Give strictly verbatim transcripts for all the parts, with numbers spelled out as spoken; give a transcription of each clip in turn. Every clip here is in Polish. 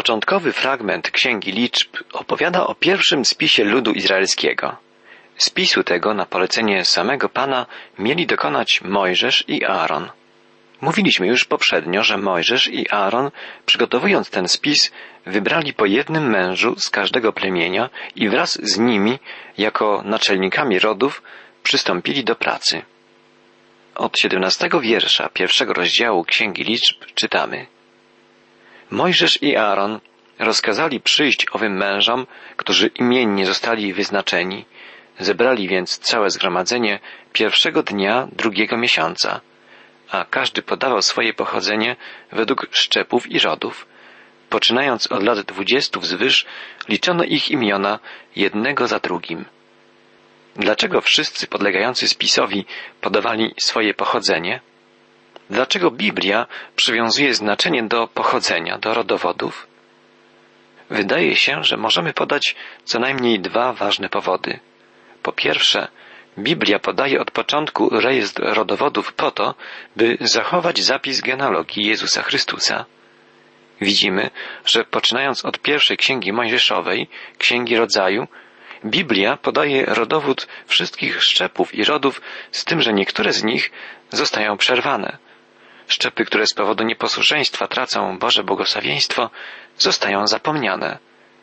Początkowy fragment Księgi Liczb opowiada o pierwszym spisie ludu izraelskiego. Spisu tego na polecenie samego Pana mieli dokonać Mojżesz i Aaron. Mówiliśmy już poprzednio, że Mojżesz i Aaron, przygotowując ten spis, wybrali po jednym mężu z każdego plemienia i wraz z nimi, jako naczelnikami rodów, przystąpili do pracy. Od siedemnastego wiersza pierwszego rozdziału Księgi Liczb czytamy: Mojżesz i Aaron rozkazali przyjść owym mężom, którzy imiennie zostali wyznaczeni. Zebrali więc całe zgromadzenie pierwszego dnia drugiego miesiąca, a każdy podawał swoje pochodzenie według szczepów i rodów. Poczynając od lat dwudziestu wzwyż, liczono ich imiona jednego za drugim. Dlaczego wszyscy podlegający spisowi podawali swoje pochodzenie? Dlaczego Biblia przywiązuje znaczenie do pochodzenia, do rodowodów? Wydaje się, że możemy podać co najmniej dwa ważne powody. Po pierwsze, Biblia podaje od początku rejestr rodowodów po to, by zachować zapis genealogii Jezusa Chrystusa. Widzimy, że poczynając od pierwszej Księgi Mojżeszowej, Księgi Rodzaju, Biblia podaje rodowód wszystkich szczepów i rodów, z tym, że niektóre z nich zostają przerwane. Szczepy, które z powodu nieposłuszeństwa tracą Boże błogosławieństwo, zostają zapomniane.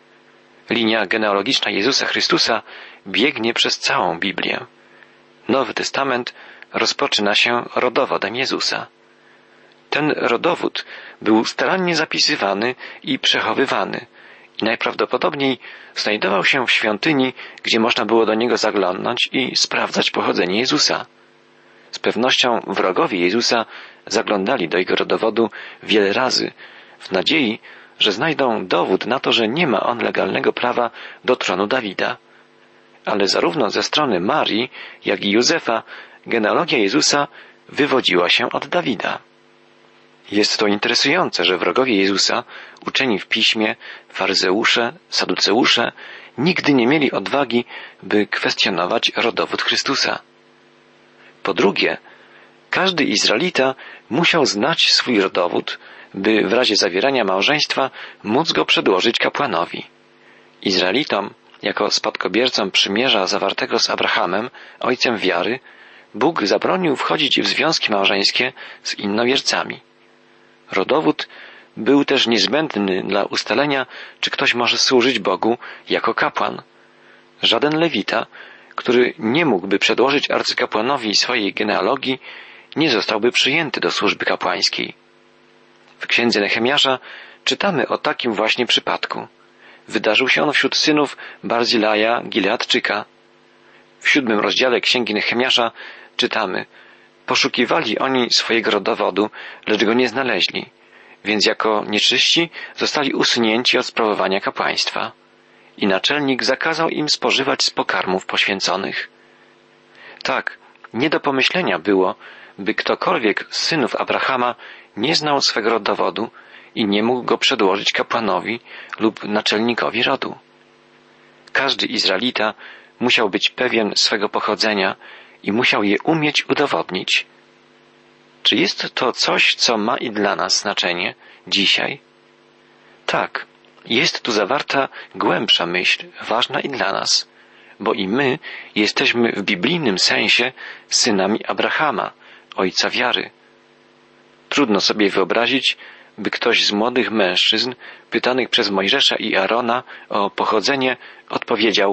Linia genealogiczna Jezusa Chrystusa biegnie przez całą Biblię. Nowy Testament rozpoczyna się rodowodem Jezusa. Ten rodowód był starannie zapisywany i przechowywany i najprawdopodobniej znajdował się w świątyni, gdzie można było do niego zaglądnąć i sprawdzać pochodzenie Jezusa. Z pewnością wrogowie Jezusa zaglądali do jego rodowodu wiele razy w nadziei, że znajdą dowód na to, że nie ma on legalnego prawa do tronu Dawida. Ale zarówno ze strony Marii, jak i Józefa genealogia Jezusa wywodziła się od Dawida. Jest to interesujące, że wrogowie Jezusa, uczeni w piśmie, faryzeusze, saduceusze, nigdy nie mieli odwagi, by kwestionować rodowód Chrystusa. Po drugie, każdy Izraelita musiał znać swój rodowód, by w razie zawierania małżeństwa móc go przedłożyć kapłanowi. Izraelitom, jako spadkobiercom przymierza zawartego z Abrahamem, ojcem wiary, Bóg zabronił wchodzić w związki małżeńskie z innowiercami. Rodowód był też niezbędny dla ustalenia, czy ktoś może służyć Bogu jako kapłan. Żaden lewita, który nie mógłby przedłożyć arcykapłanowi swojej genealogii, nie zostałby przyjęty do służby kapłańskiej. W księdze Nehemiasza czytamy o takim właśnie przypadku. Wydarzył się on wśród synów Barzilaja Gileadczyka. W siódmym rozdziale księgi Nehemiasza czytamy: poszukiwali oni swojego rodowodu, lecz go nie znaleźli, więc jako nieczyści zostali usunięci od sprawowania kapłaństwa. I naczelnik zakazał im spożywać z pokarmów poświęconych. Tak, nie do pomyślenia było, by ktokolwiek z synów Abrahama nie znał swego rodowodu i nie mógł go przedłożyć kapłanowi lub naczelnikowi rodu. Każdy Izraelita musiał być pewien swego pochodzenia i musiał je umieć udowodnić. Czy jest to coś, co ma i dla nas znaczenie dzisiaj? Tak, jest tu zawarta głębsza myśl, ważna i dla nas, bo i my jesteśmy w biblijnym sensie synami Abrahama, ojca wiary. Trudno sobie wyobrazić, by ktoś z młodych mężczyzn, pytanych przez Mojżesza i Aarona o pochodzenie, odpowiedział: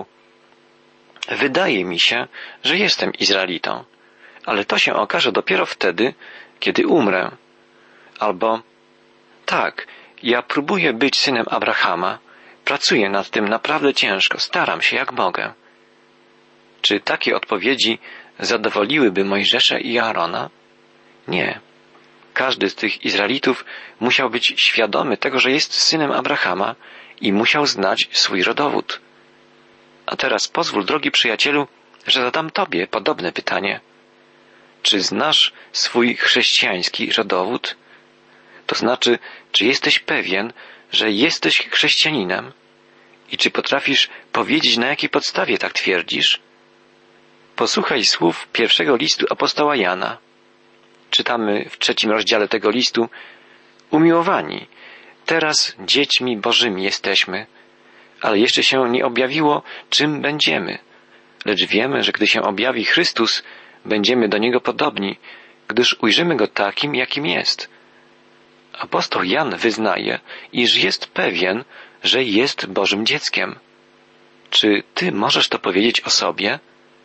wydaje mi się, że jestem Izraelitą, ale to się okaże dopiero wtedy, kiedy umrę. Albo: tak, ja próbuję być synem Abrahama, pracuję nad tym naprawdę ciężko, staram się jak mogę. Czy takie odpowiedzi zadowoliłyby Mojżesza i Aarona? Nie. Każdy z tych Izraelitów musiał być świadomy tego, że jest synem Abrahama i musiał znać swój rodowód. A teraz pozwól, drogi przyjacielu, że zadam tobie podobne pytanie. Czy znasz swój chrześcijański rodowód? To znaczy, czy jesteś pewien, że jesteś chrześcijaninem? I czy potrafisz powiedzieć, na jakiej podstawie tak twierdzisz? Posłuchaj słów pierwszego listu apostoła Jana. Czytamy w trzecim rozdziale tego listu: umiłowani, teraz dziećmi Bożymi jesteśmy, ale jeszcze się nie objawiło, czym będziemy. Lecz wiemy, że gdy się objawi Chrystus, będziemy do Niego podobni, gdyż ujrzymy Go takim, jakim jest. Apostoł Jan wyznaje, iż jest pewien, że jest Bożym dzieckiem. Czy ty możesz to powiedzieć o sobie?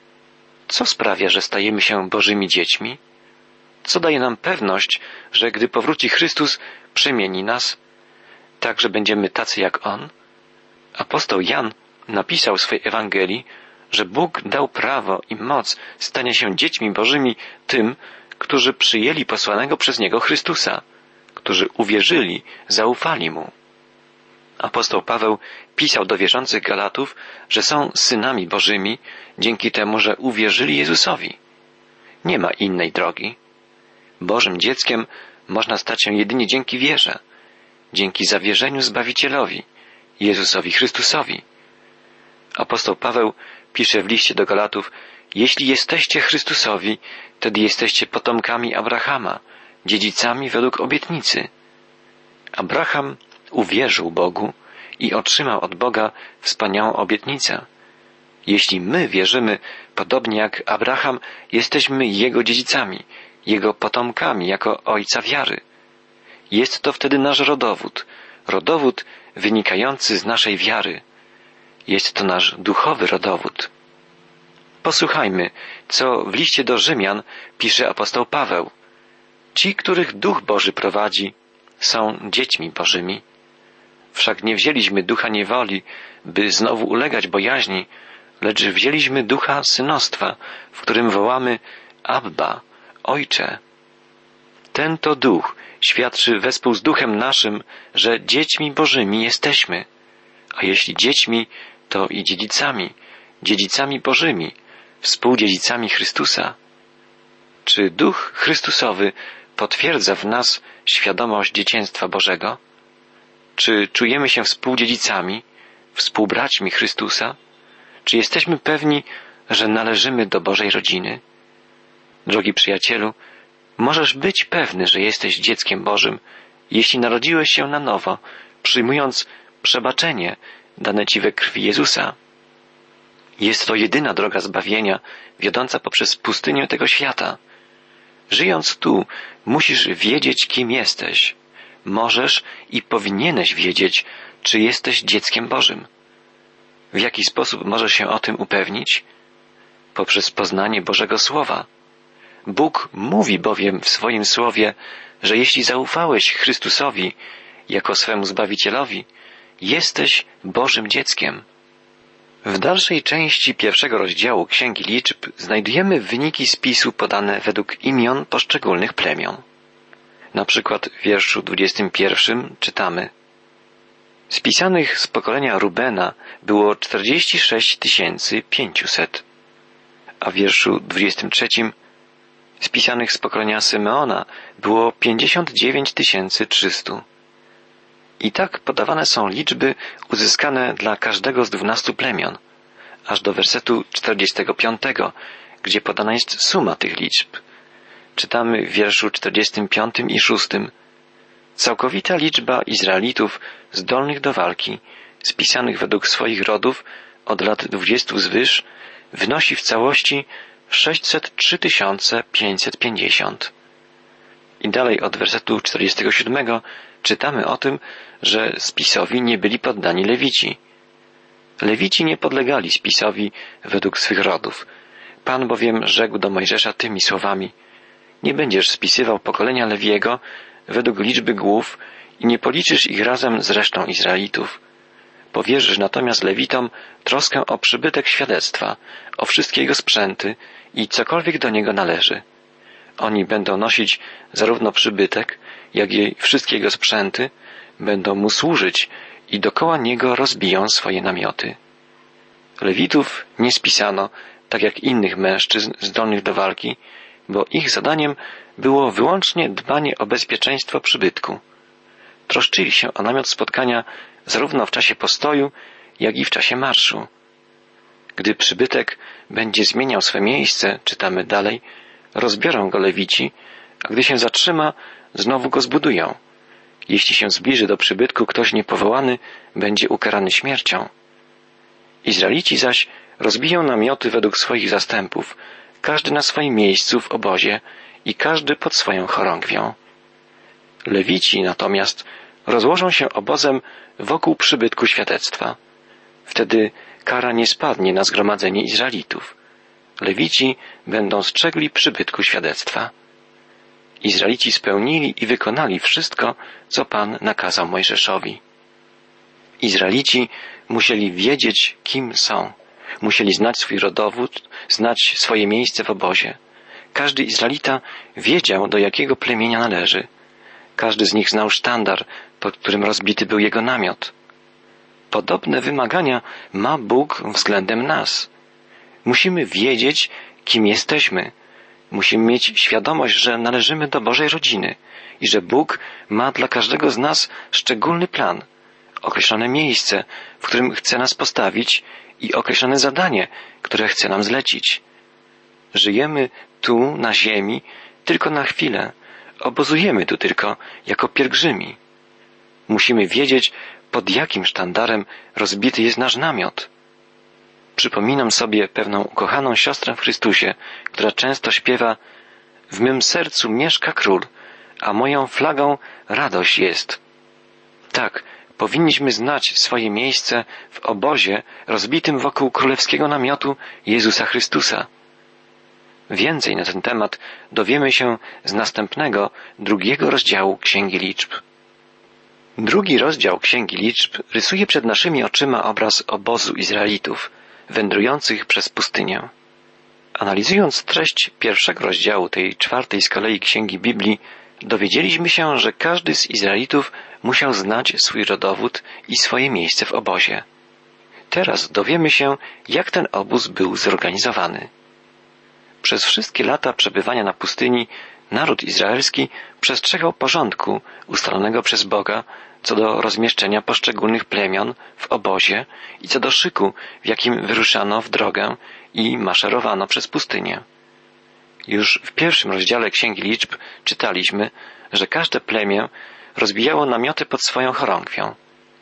Co sprawia, że stajemy się Bożymi dziećmi? Co daje nam pewność, że gdy powróci Chrystus, przemieni nas, tak że będziemy tacy jak On? Apostoł Jan napisał w swej Ewangelii, że Bóg dał prawo i moc stania się dziećmi Bożymi tym, którzy przyjęli posłanego przez Niego Chrystusa, którzy uwierzyli, zaufali Mu. Apostoł Paweł pisał do wierzących Galatów, że są synami Bożymi dzięki temu, że uwierzyli Jezusowi. Nie ma innej drogi. Bożym dzieckiem można stać się jedynie dzięki wierze, dzięki zawierzeniu Zbawicielowi, Jezusowi Chrystusowi. Apostoł Paweł pisze w liście do Galatów: jeśli jesteście Chrystusowi, wtedy jesteście potomkami Abrahama, dziedzicami według obietnicy. Abraham uwierzył Bogu i otrzymał od Boga wspaniałą obietnicę. Jeśli my wierzymy, podobnie jak Abraham, jesteśmy Jego dziedzicami, Jego potomkami jako ojca wiary. Jest to wtedy nasz rodowód, rodowód wynikający z naszej wiary. Jest to nasz duchowy rodowód. Posłuchajmy, co w liście do Rzymian pisze apostoł Paweł. Ci, których Duch Boży prowadzi, są dziećmi Bożymi. Wszak nie wzięliśmy ducha niewoli, by znowu ulegać bojaźni, lecz wzięliśmy ducha synostwa, w którym wołamy Abba, Ojcze. Ten to duch świadczy wespół z duchem naszym, że dziećmi Bożymi jesteśmy, a jeśli dziećmi, to i dziedzicami, dziedzicami Bożymi, współdziedzicami Chrystusa. Czy Duch Chrystusowy potwierdza w nas świadomość dzieciństwa Bożego? Czy czujemy się współdziedzicami, współbraćmi Chrystusa? Czy jesteśmy pewni, że należymy do Bożej rodziny? Drogi przyjacielu, możesz być pewny, że jesteś dzieckiem Bożym, jeśli narodziłeś się na nowo, przyjmując przebaczenie dane Ci we krwi Jezusa. Jest to jedyna droga zbawienia, wiodąca poprzez pustynię tego świata. Żyjąc tu, musisz wiedzieć, kim jesteś. Możesz i powinieneś wiedzieć, czy jesteś dzieckiem Bożym. W jaki sposób możesz się o tym upewnić? Poprzez poznanie Bożego Słowa. Bóg mówi bowiem w swoim Słowie, że jeśli zaufałeś Chrystusowi jako swemu Zbawicielowi, jesteś Bożym dzieckiem. W dalszej części pierwszego rozdziału Księgi Liczb znajdujemy wyniki spisu podane według imion poszczególnych plemion. Na przykład w wierszu dwudziestym pierwszym czytamy: spisanych z pokolenia Rubena było czterdzieści sześć tysięcy pięćset, a w wierszu dwudziestym trzecim spisanych z pokolenia Symeona było pięćdziesiąt dziewięć tysięcy trzysta. I tak podawane są liczby uzyskane dla każdego z dwunastu plemion, aż do wersetu czterdziestego piątego, gdzie podana jest suma tych liczb. Czytamy w wierszu czterdziestym piątym i szóstym: całkowita liczba Izraelitów zdolnych do walki, spisanych według swoich rodów od lat dwudziestu wzwyż, wynosi w całości sześćset trzy tysiące pięćset pięćdziesiąt. I dalej od wersetu czterdziestego siódmego czytamy o tym, że spisowi nie byli poddani Lewici. Lewici nie podlegali spisowi według swych rodów. Pan bowiem rzekł do Mojżesza tymi słowami: nie będziesz spisywał pokolenia Lewiego według liczby głów i nie policzysz ich razem z resztą Izraelitów. Powierzysz natomiast Lewitom troskę o przybytek świadectwa, o wszystkie jego sprzęty i cokolwiek do niego należy. Oni będą nosić zarówno przybytek, jak i wszystkie jego sprzęty, będą mu służyć i dokoła niego rozbiją swoje namioty. Lewitów nie spisano, tak jak innych mężczyzn zdolnych do walki, bo ich zadaniem było wyłącznie dbanie o bezpieczeństwo przybytku. Troszczyli się o namiot spotkania zarówno w czasie postoju, jak i w czasie marszu. Gdy przybytek będzie zmieniał swe miejsce, czytamy dalej, rozbiorą go Lewici, a gdy się zatrzyma, znowu go zbudują. Jeśli się zbliży do przybytku ktoś niepowołany, będzie ukarany śmiercią. Izraelici zaś rozbiją namioty według swoich zastępów, każdy na swoim miejscu w obozie i każdy pod swoją chorągwią. Lewici natomiast rozłożą się obozem wokół przybytku świadectwa. Wtedy kara nie spadnie na zgromadzenie Izraelitów. Lewici będą strzegli przybytku świadectwa. Izraelici spełnili i wykonali wszystko, co Pan nakazał Mojżeszowi. Izraelici musieli wiedzieć, kim są. Musieli znać swój rodowód, znać swoje miejsce w obozie. Każdy Izraelita wiedział, do jakiego plemienia należy. Każdy z nich znał sztandar, pod którym rozbity był jego namiot. Podobne wymagania ma Bóg względem nas. Musimy wiedzieć, kim jesteśmy. Musimy mieć świadomość, że należymy do Bożej rodziny i że Bóg ma dla każdego z nas szczególny plan, określone miejsce, w którym chce nas postawić i określone zadanie, które chce nam zlecić. Żyjemy tu, na ziemi, tylko na chwilę. Obozujemy tu tylko jako pielgrzymi. Musimy wiedzieć, pod jakim sztandarem rozbity jest nasz namiot. Przypominam sobie pewną ukochaną siostrę w Chrystusie, która często śpiewa: w mym sercu mieszka król, a moją flagą radość jest. Tak, powinniśmy znać swoje miejsce w obozie rozbitym wokół królewskiego namiotu Jezusa Chrystusa. Więcej na ten temat dowiemy się z następnego, drugiego rozdziału Księgi Liczb. Drugi rozdział Księgi Liczb rysuje przed naszymi oczyma obraz obozu Izraelitów, wędrujących przez pustynię. Analizując treść pierwszego rozdziału tej czwartej z kolei Księgi Biblii, dowiedzieliśmy się, że każdy z Izraelitów musiał znać swój rodowód i swoje miejsce w obozie. Teraz dowiemy się, jak ten obóz był zorganizowany. Przez wszystkie lata przebywania na pustyni naród izraelski przestrzegał porządku ustalonego przez Boga co do rozmieszczenia poszczególnych plemion w obozie i co do szyku, w jakim wyruszano w drogę i maszerowano przez pustynię. Już w pierwszym rozdziale Księgi Liczb czytaliśmy, że każde plemię rozbijało namioty pod swoją chorągwią.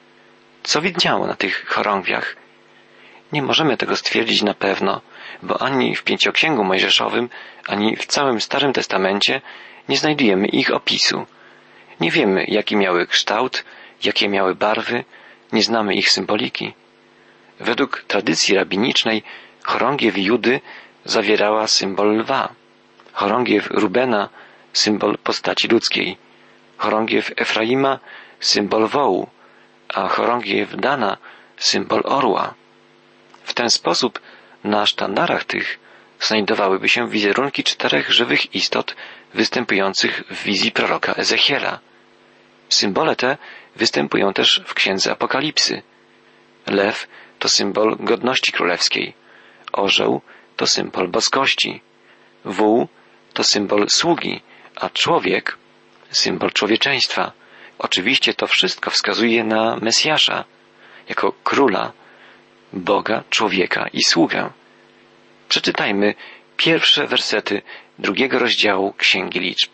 Co widniało na tych chorągwiach? Nie możemy tego stwierdzić na pewno, bo ani w Pięcioksięgu Mojżeszowym, ani w całym Starym Testamencie nie znajdujemy ich opisu. Nie wiemy, jaki miały kształt, jakie miały barwy, nie znamy ich symboliki. Według tradycji rabinicznej chorągiew Judy zawierała symbol lwa, chorągiew Rubena symbol postaci ludzkiej, chorągiew Efraima symbol wołu, a chorągiew Dana symbol orła. W ten sposób na sztandarach tych znajdowałyby się wizerunki czterech żywych istot występujących w wizji proroka Ezechiela. Symbole te występują też w Księdze Apokalipsy. Lew to symbol godności królewskiej, orzeł to symbol boskości, wół to symbol sługi, a człowiek symbol człowieczeństwa. Oczywiście to wszystko wskazuje na Mesjasza, jako króla, Boga, człowieka i sługę. Przeczytajmy pierwsze wersety drugiego rozdziału Księgi Liczb.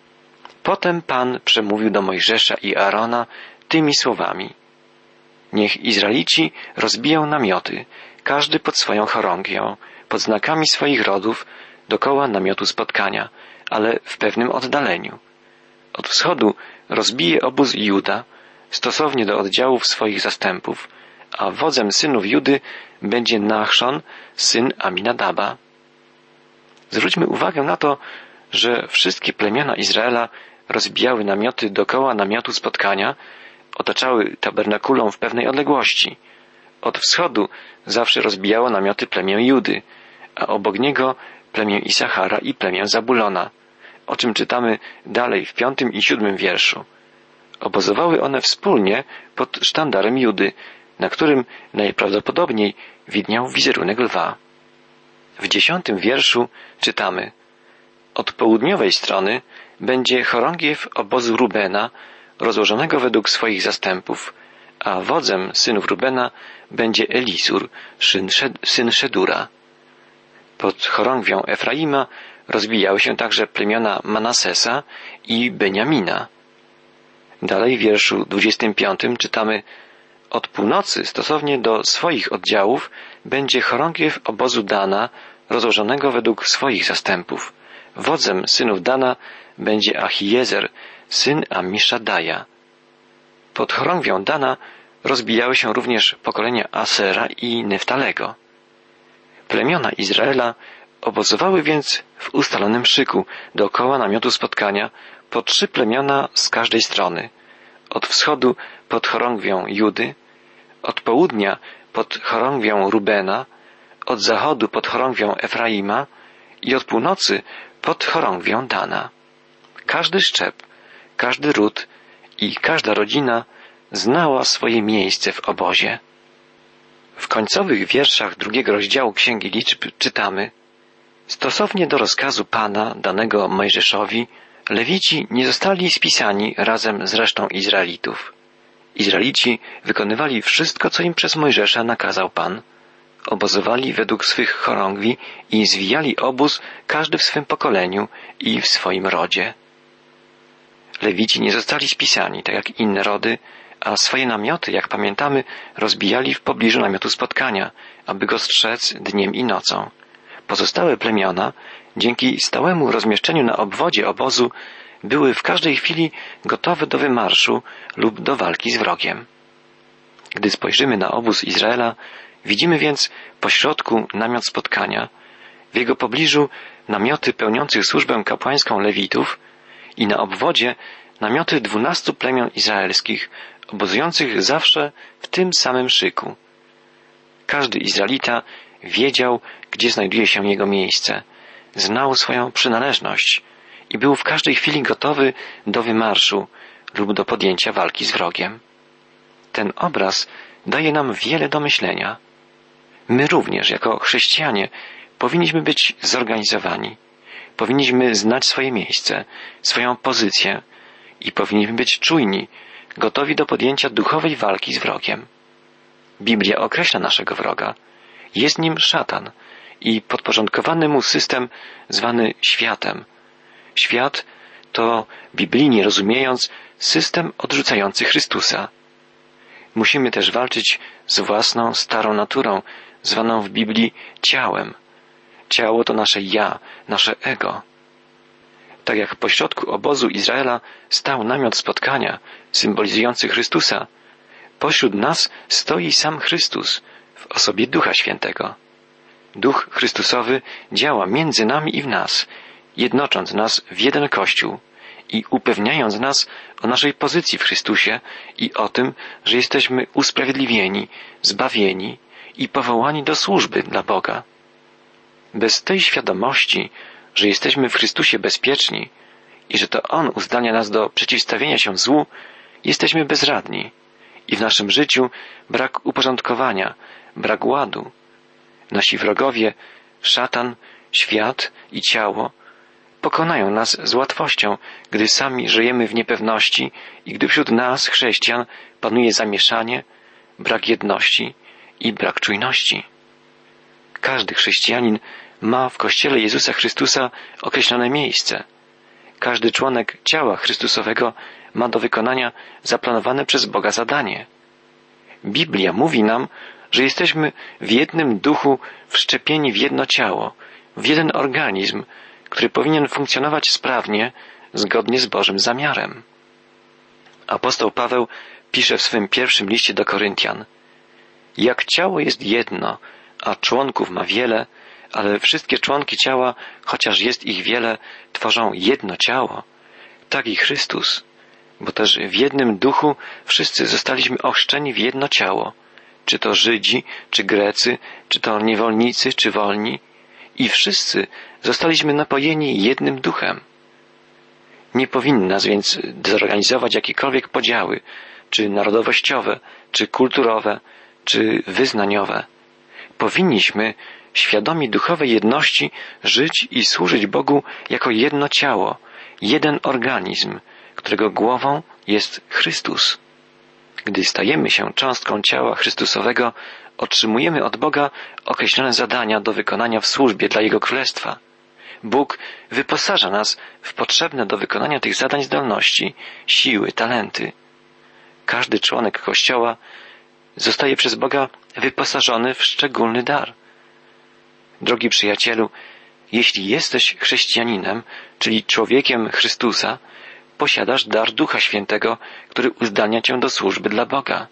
Potem Pan przemówił do Mojżesza i Aarona tymi słowami: niech Izraelici rozbiją namioty, każdy pod swoją chorągwią, pod znakami swoich rodów, dokoła namiotu spotkania, ale w pewnym oddaleniu. Od wschodu rozbije obóz Juda, stosownie do oddziałów swoich zastępów, a wodzem synów Judy będzie Nachszon, syn Aminadaba. Zwróćmy uwagę na to, że wszystkie plemiona Izraela rozbijały namioty dokoła namiotu spotkania, otaczały tabernakulą w pewnej odległości. Od wschodu zawsze rozbijało namioty plemię Judy, a obok niego plemię Isachara i plemię Zabulona, o czym czytamy dalej w piątym i siódmym wierszu. Obozowały one wspólnie pod sztandarem Judy, na którym najprawdopodobniej widniał wizerunek lwa. W dziesiątym wierszu czytamy: od południowej strony będzie chorągiew obozu Rubena, rozłożonego według swoich zastępów, a wodzem synów Rubena będzie Elisur, syn Szedura. Pod chorągwią Efraima rozbijały się także plemiona Manasesa i Beniamina. Dalej w wierszu dwudziestym piątym czytamy: od północy stosownie do swoich oddziałów będzie chorągiew obozu Dana rozłożonego według swoich zastępów. Wodzem synów Dana będzie Achiezer, syn Amiszadaja. Pod chorągwią Dana rozbijały się również pokolenia Asera i Neftalego. Plemiona Izraela obozowały więc w ustalonym szyku dookoła namiotu spotkania po trzy plemiona z każdej strony. Od wschodu pod chorągwią Judy, od południa pod chorągwią Rubena, od zachodu pod chorągwią Efraima i od północy pod chorągwią Dana. Każdy szczep, każdy ród i każda rodzina znała swoje miejsce w obozie. W końcowych wierszach drugiego rozdziału Księgi Liczb czytamy: stosownie do rozkazu Pana danego Mojżeszowi, Lewici nie zostali spisani razem z resztą Izraelitów. Izraelici wykonywali wszystko, co im przez Mojżesza nakazał Pan. Obozowali według swych chorągwi i zwijali obóz każdy w swym pokoleniu i w swoim rodzie. Lewici nie zostali spisani, tak jak inne rody, a swoje namioty, jak pamiętamy, rozbijali w pobliżu namiotu spotkania, aby go strzec dniem i nocą. Pozostałe plemiona, dzięki stałemu rozmieszczeniu na obwodzie obozu, były w każdej chwili gotowe do wymarszu lub do walki z wrogiem. Gdy spojrzymy na obóz Izraela, widzimy więc pośrodku namiot spotkania, w jego pobliżu namioty pełniących służbę kapłańską Lewitów i na obwodzie namioty dwunastu plemion izraelskich, obozujących zawsze w tym samym szyku. Każdy Izraelita wiedział, gdzie znajduje się jego miejsce, znał swoją przynależność i był w każdej chwili gotowy do wymarszu lub do podjęcia walki z wrogiem. Ten obraz daje nam wiele do myślenia. My również, jako chrześcijanie, powinniśmy być zorganizowani. Powinniśmy znać swoje miejsce, swoją pozycję i powinniśmy być czujni, gotowi do podjęcia duchowej walki z wrogiem. Biblia określa naszego wroga. Jest nim szatan i podporządkowany mu system zwany światem. Świat to, biblijnie rozumiejąc, system odrzucający Chrystusa. Musimy też walczyć z własną starą naturą, zwaną w Biblii ciałem. Ciało to nasze ja, nasze ego. Tak jak pośrodku obozu Izraela stał namiot spotkania, symbolizujący Chrystusa, pośród nas stoi sam Chrystus w osobie Ducha Świętego. Duch Chrystusowy działa między nami i w nas, jednocząc nas w jeden Kościół i upewniając nas o naszej pozycji w Chrystusie i o tym, że jesteśmy usprawiedliwieni, zbawieni i powołani do służby dla Boga. Bez tej świadomości, że jesteśmy w Chrystusie bezpieczni i że to On uzdalnia nas do przeciwstawienia się złu, jesteśmy bezradni i w naszym życiu brak uporządkowania, brak ładu. Nasi wrogowie, szatan, świat i ciało, pokonają nas z łatwością, gdy sami żyjemy w niepewności i gdy wśród nas, chrześcijan, panuje zamieszanie, brak jedności i brak czujności. Każdy chrześcijanin ma w Kościele Jezusa Chrystusa określone miejsce. Każdy członek ciała Chrystusowego ma do wykonania zaplanowane przez Boga zadanie. Biblia mówi nam, że jesteśmy w jednym duchu wszczepieni w jedno ciało, w jeden organizm, który powinien funkcjonować sprawnie, zgodnie z Bożym zamiarem. Apostoł Paweł pisze w swym pierwszym liście do Koryntian: jak ciało jest jedno, a członków ma wiele, ale wszystkie członki ciała, chociaż jest ich wiele, tworzą jedno ciało, tak i Chrystus, bo też w jednym duchu wszyscy zostaliśmy ochrzczeni w jedno ciało, czy to Żydzi, czy Grecy, czy to niewolnicy, czy wolni, i wszyscy zostaliśmy napojeni jednym duchem. Nie powinny nas więc dezorganizować jakiekolwiek podziały, czy narodowościowe, czy kulturowe, czy wyznaniowe. Powinniśmy, świadomi duchowej jedności, żyć i służyć Bogu jako jedno ciało, jeden organizm, którego głową jest Chrystus. Gdy stajemy się cząstką ciała Chrystusowego, otrzymujemy od Boga określone zadania do wykonania w służbie dla Jego Królestwa. Bóg wyposaża nas w potrzebne do wykonania tych zadań zdolności, siły, talenty. Każdy członek Kościoła zostaje przez Boga wyposażony w szczególny dar. Drogi przyjacielu, jeśli jesteś chrześcijaninem, czyli człowiekiem Chrystusa, posiadasz dar Ducha Świętego, który uzdalnia cię do służby dla Boga.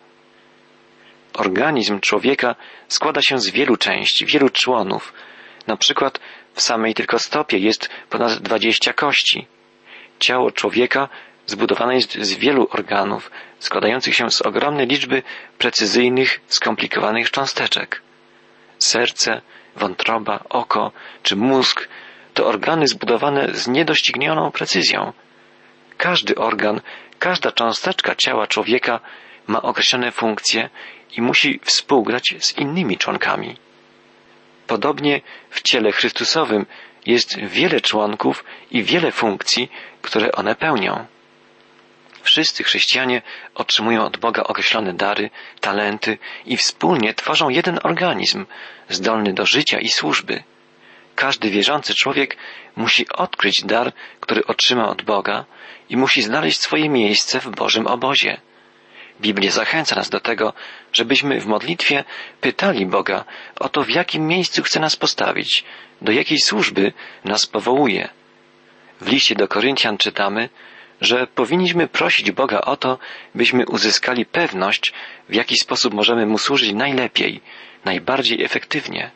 Organizm człowieka składa się z wielu części, wielu członów. Na przykład w samej tylko stopie jest ponad dwadzieścia kości. Ciało człowieka zbudowane jest z wielu organów, składających się z ogromnej liczby precyzyjnych, skomplikowanych cząsteczek. Serce, wątroba, oko czy mózg to organy zbudowane z niedoścignioną precyzją. Każdy organ, każda cząsteczka ciała człowieka ma określone funkcje i musi współgrać z innymi członkami. Podobnie w ciele Chrystusowym jest wiele członków i wiele funkcji, które one pełnią. Wszyscy chrześcijanie otrzymują od Boga określone dary, talenty i wspólnie tworzą jeden organizm, zdolny do życia i służby. Każdy wierzący człowiek musi odkryć dar, który otrzyma od Boga i musi znaleźć swoje miejsce w Bożym obozie. Biblia zachęca nas do tego, żebyśmy w modlitwie pytali Boga o to, w jakim miejscu chce nas postawić, do jakiej służby nas powołuje. W liście do Koryntian czytamy, że powinniśmy prosić Boga o to, byśmy uzyskali pewność, w jaki sposób możemy Mu służyć najlepiej, najbardziej efektywnie.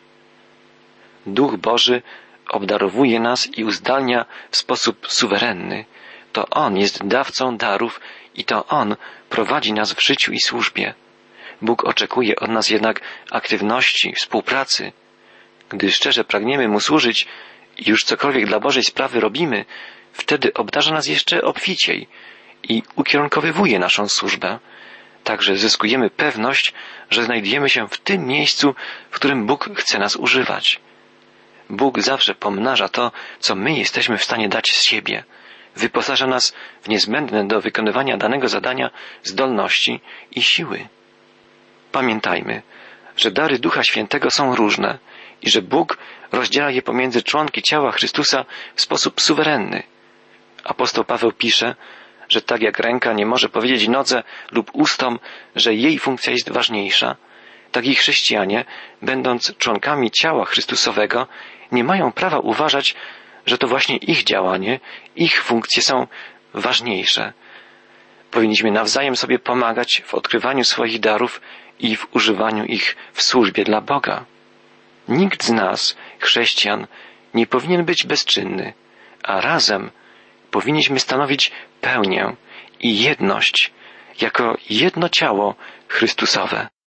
Duch Boży obdarowuje nas i uzdalnia w sposób suwerenny. To On jest dawcą darów i to On prowadzi nas w życiu i służbie. Bóg oczekuje od nas jednak aktywności, współpracy. Gdy szczerze pragniemy Mu służyć i już cokolwiek dla Bożej sprawy robimy, wtedy obdarza nas jeszcze obficiej i ukierunkowywuje naszą służbę. Także zyskujemy pewność, że znajdujemy się w tym miejscu, w którym Bóg chce nas używać. Bóg zawsze pomnaża to, co my jesteśmy w stanie dać z siebie. Wyposaża nas w niezbędne do wykonywania danego zadania zdolności i siły. Pamiętajmy, że dary Ducha Świętego są różne i że Bóg rozdziela je pomiędzy członki ciała Chrystusa w sposób suwerenny. Apostoł Paweł pisze, że tak jak ręka nie może powiedzieć nodze lub ustom, że jej funkcja jest ważniejsza, tak i chrześcijanie, będąc członkami ciała Chrystusowego, nie mają prawa uważać, że to właśnie ich działanie, ich funkcje są ważniejsze. Powinniśmy nawzajem sobie pomagać w odkrywaniu swoich darów i w używaniu ich w służbie dla Boga. Nikt z nas, chrześcijan, nie powinien być bezczynny, a razem powinniśmy stanowić pełnię i jedność jako jedno ciało Chrystusowe.